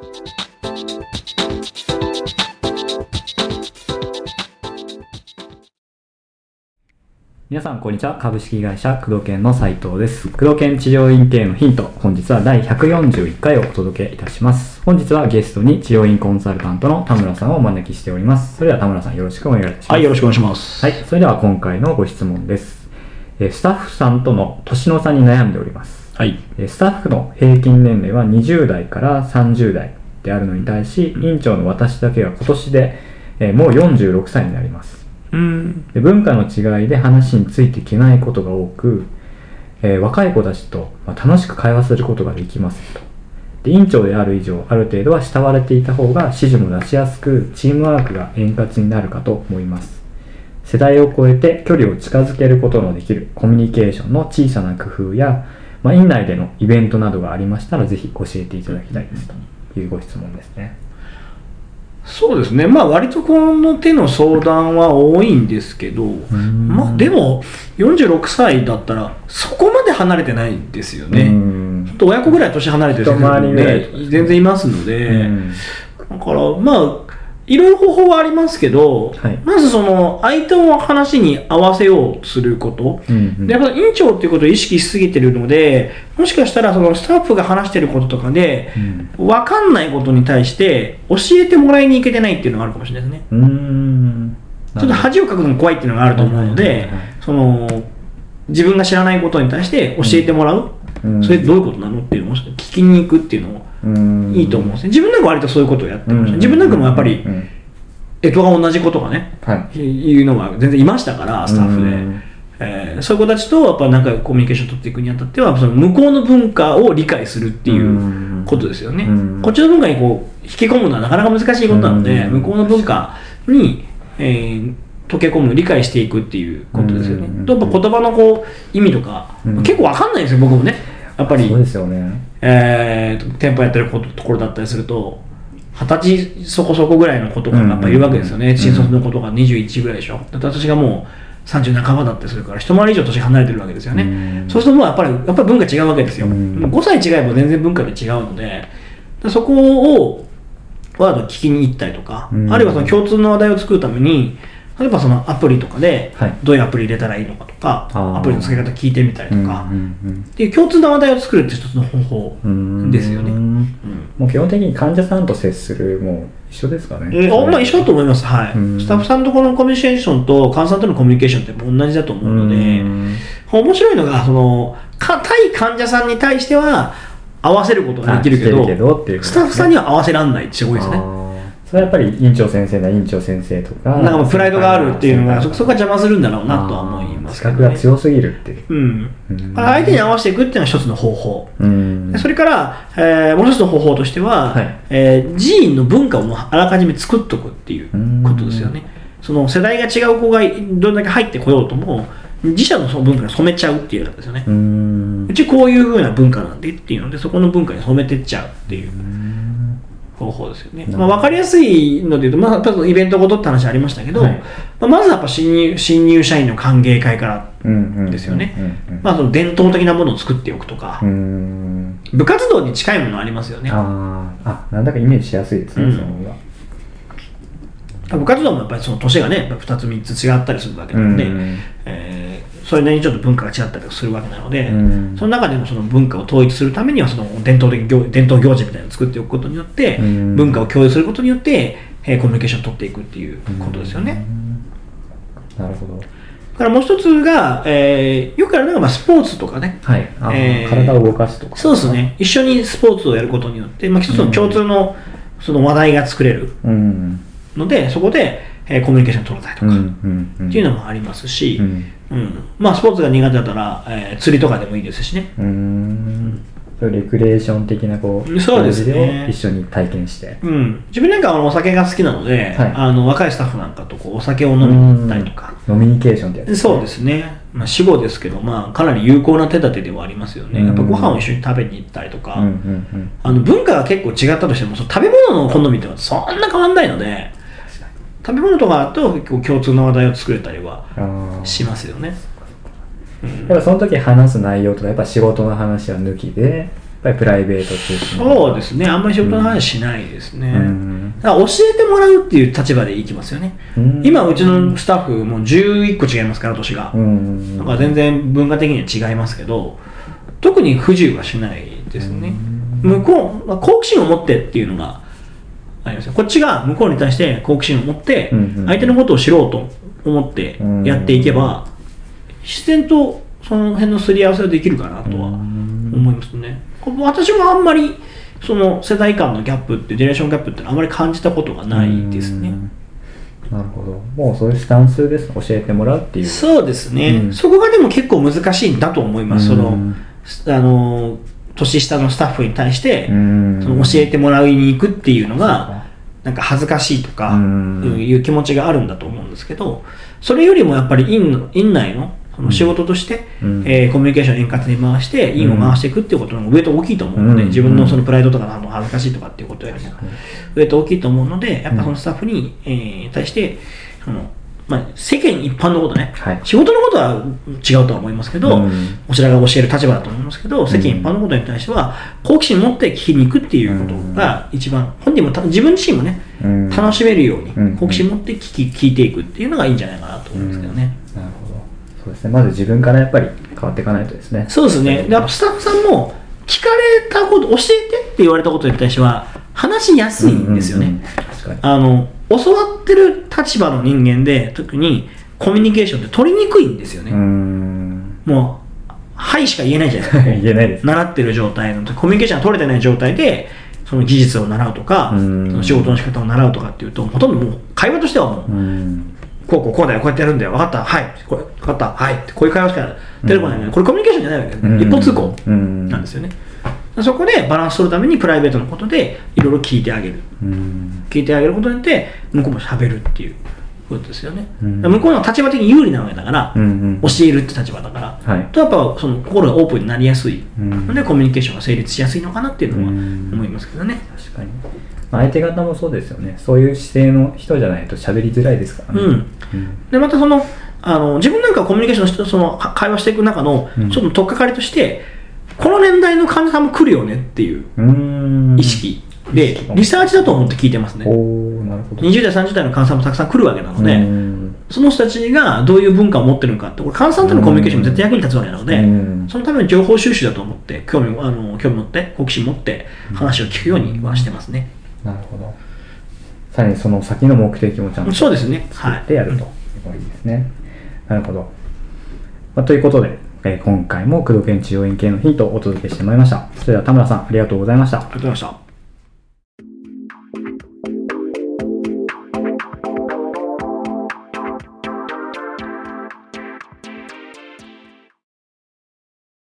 皆さんこんにちは。株式会社工藤研の斉藤です。工藤研治療院経営のヒント、本日は第141回をお届けいたします。本日はゲストに治療院コンサルタントの田村さんをお招きしております。それでは田村さんよろしくお願いいたします。 はい、よろしくお願いします。 はい、それでは今回のご質問です。スタッフさんとの年の差に悩んでおります。 はい。 スタッフの平均年齢は20代から30代であるのに対し、院長の私だけが今年でもう46歳になります。で文化の違いで話についていけないことが多く、若い子たちと楽しく会話することができませんと。で院長である以上ある程度は慕われていた方が指示も出しやすくチームワークが円滑になるかと思います。世代を超えて距離を近づけることのできるコミュニケーションの小さな工夫や、院内でのイベントなどがありましたらぜひ教えていただきたいですというご質問ですね。 そうですね。割とこの手の相談は多いんですけど、でも46歳だったらそこまで離れてないんですよね。親子ぐらい年離れてる人もね、全然いますので、だからいろいろ方法はありますけど、はい、まずその相手の話に合わせようとすること、でやっぱり院長っていうことを意識しすぎてるので、もしかしたらそのスタッフが話してることとかで、分かんないことに対して教えてもらいに行けてないっていうのがあるかもしれないですね。ちょっと恥をかくのも怖いっていうのがあると思うので、その自分が知らないことに対して教えてもらう、それどういうことなのっていうのを聞きに行くっていうのをいいと思うんですね。自分なんか割とそういうことをやってました。自分なんかもやっぱり干支が同じことがね、いうのが全然いましたからスタッフで、そういう子たちとやっぱなんかコミュニケーションを取っていくにあたってはその向こうの文化を理解するっていうことですよね。こっちの文化にこう引き込むのはなかなか難しいことなので、向こうの文化に、溶け込む、理解していくっていうことですよね。やっぱ言葉のこう意味とか、結構わかんないんですよ僕もね。やっぱりそうですよね。 店舗やってるところだったりすると20歳そこそこぐらいの子とかがやっぱいるわけですよね。新卒の子とか21ぐらいでしょ。私がもう30半ばだったりするから一回り以上年離れてるわけですよね。そうするともうやっぱり文化違うわけですよ。5歳違えば全然文化が違うので、そこをわざと聞きに行ったりとか、あるいはその共通の話題を作るために例えばそのアプリとかでどういうアプリ入れたらいいのかとか、アプリの付け方聞いてみたりとかっていう共通の話題を作るって一つの方法ですよね。 もう基本的に患者さんと接するもう一緒ですかね。 一緒だと思います。はい。スタッフさんとこのコミュニケーションと患者さんとのコミュニケーションって同じだと思うので、面白いのがその対患者さんに対しては合わせることができるけど、スタッフさんには合わせられないってすごいですね。 それはやっぱり院長先生な院長先生とかなんかもうプライドがあるっていうのがそこが邪魔するんだろうなとは思いますけどね。 資格が強すぎるっていう、 相手に合わせていくっていうのは一つの方法、それから、もう一つの方法としては、寺院の文化をあらかじめ作っとくっていうことですよね。その世代が違う子がどれだけ入ってこようとも自社のその文化に染めちゃうっていうやつですよね。うちこういう風な文化なんでっていうのでそこの文化に染めてっちゃうっていう方法ですよね。分かりやすいので言うと、イベントごとって話ありましたけど、まずはやっぱ新入社員の歓迎会からですよね。その伝統的なものを作っておくとか、部活動に近いものありますよね。 なんだかイメージしやすいですね、その方が。 部活動もやっぱりその年がね2つ3つ違ったりするわけなので、それなりにちょっと文化が違ったりするわけなので、その中でもその文化を統一するためにはその伝統行事みたいなのを作っておくことによって、文化を共有することによってコミュニケーションを取っていくっていうことですよね。 なるほど。 からもう一つが、よくあるのがスポーツとかね、 体を動かすとか。 そうですね。一緒にスポーツをやることによって、一つの共通のその話題が作れるので、そこでコミュニケーションを取れたりとかっていうのもありますし、スポーツが苦手だったら、釣りとかでもいいですしね。 レクリエーション的なそうですね、 一緒に体験して、 自分なんかはお酒が好きなので、若いスタッフなんかとお酒を飲みに行ったりとか、 ノミニケーションってやつですね。 そうですね。死後ですけど、かなり有効な手立てではありますよね。やっぱご飯を一緒に食べに行ったりとか、文化が結構違ったとしてもその食べ物の好みってのはそんな変わんないので、食べ物とかだと結構共通の話題を作れたりはしますよね。 やっぱその時話す内容とかやっぱ仕事の話は抜きでぱりプライベート中心。 そうですね、あんまり仕事の話しないですね。だから教えてもらうっていう立場でいきますよね。今うちのスタッフも11個違いますから、年が。だから全然文化的には違いますけど、特に不自由はしないですね。向こう、好奇心を持ってっていうのがありますよ。こっちが向こうに対して好奇心を持って、相手のことを知ろうと思ってやっていけば、自然とその辺のすり合わせができるかなとは思いますね。私もあんまりその世代間のギャップってジェネレーションギャップってあまり感じたことがないですね。 なるほど。もうそういうスタンスです。教えてもらうっていう。 そうですね、そこがでも結構難しいんだと思います。その年下のスタッフに対してその教えてもらいに行くっていうのがなんか恥ずかしいとかいう気持ちがあるんだと思うんですけど、それよりもやっぱり院内のその仕事として、コミュニケーションを円滑に回して院を回していくっていうことの上と大きいと思うので、自分のそのプライドとか恥ずかしいとかっていうことよりも上と大きいと思うので、やっぱそのスタッフに、対して世間一般のことね、仕事のことは違うとは思いますけど、こちらが教える立場だと思いますけど、世間一般のことに対しては好奇心を持って聞きに行くっていうことが一番本人も自分自身もね、楽しめるように好奇心を持って聞いていくっていうのがいいんじゃないかなと思うんですけどね。 なるほど。そうですね。まず自分からやっぱり変わっていかないとですね。 そうですね。やっぱスタッフさんも聞かれたこと、教えてって言われたことに対しては話しやすいんですよね。確かに。教わってる立場の人間で特にコミュニケーションって取りにくいんですよね。もうはいしか言えないじゃないですか。 言えないです。 習ってる状態のコミュニケーションが取れてない状態でその技術を習うとか、その仕事の仕方を習うとかっていうと、ほとんどもう会話としてはもうこうだよ、こうやってやるんだよ、分かった、はい、これ分かった、はいってこういう会話しか出てこないので、これコミュニケーションじゃないわけですね。一方通行なんですよね。そこでバランス取るためにプライベートのことでいろいろ聞いてあげる、聞いてあげることによって向こうも喋るっていうことですよね。向こうの立場的に有利なわけだから、教えるって立場だから、とやっぱその心がオープンになりやすいのでコミュニケーションが成立しやすいのかなっていうのは思いますけどね。 確かに。相手方もそうですよね。そういう姿勢の人じゃないと喋りづらいですからね。 でまたその自分なんかコミュニケーションの人とその会話していく中のちょっと取っかかりとして、この年代の患者さんも来るよねっていう意識でリサーチだと思って聞いてますね。 なるほど。 20代30代の患者さんもたくさん来るわけなので、その人たちがどういう文化を持ってるのかって、これ患者さんとのコミュニケーションも絶対役に立つわけなので、そのための情報収集だと思って興味持って好奇心持って話を聞くようにはしてますね。 なるほど。さらにその先の目的もちゃんとそうですね、 作ってやるというのがいいですね。なるほど。ということで、今回も工藤研治療院系のヒントをお届けしてまいりました。それでは田村さん、ありがとうございました。 ありがとうございました。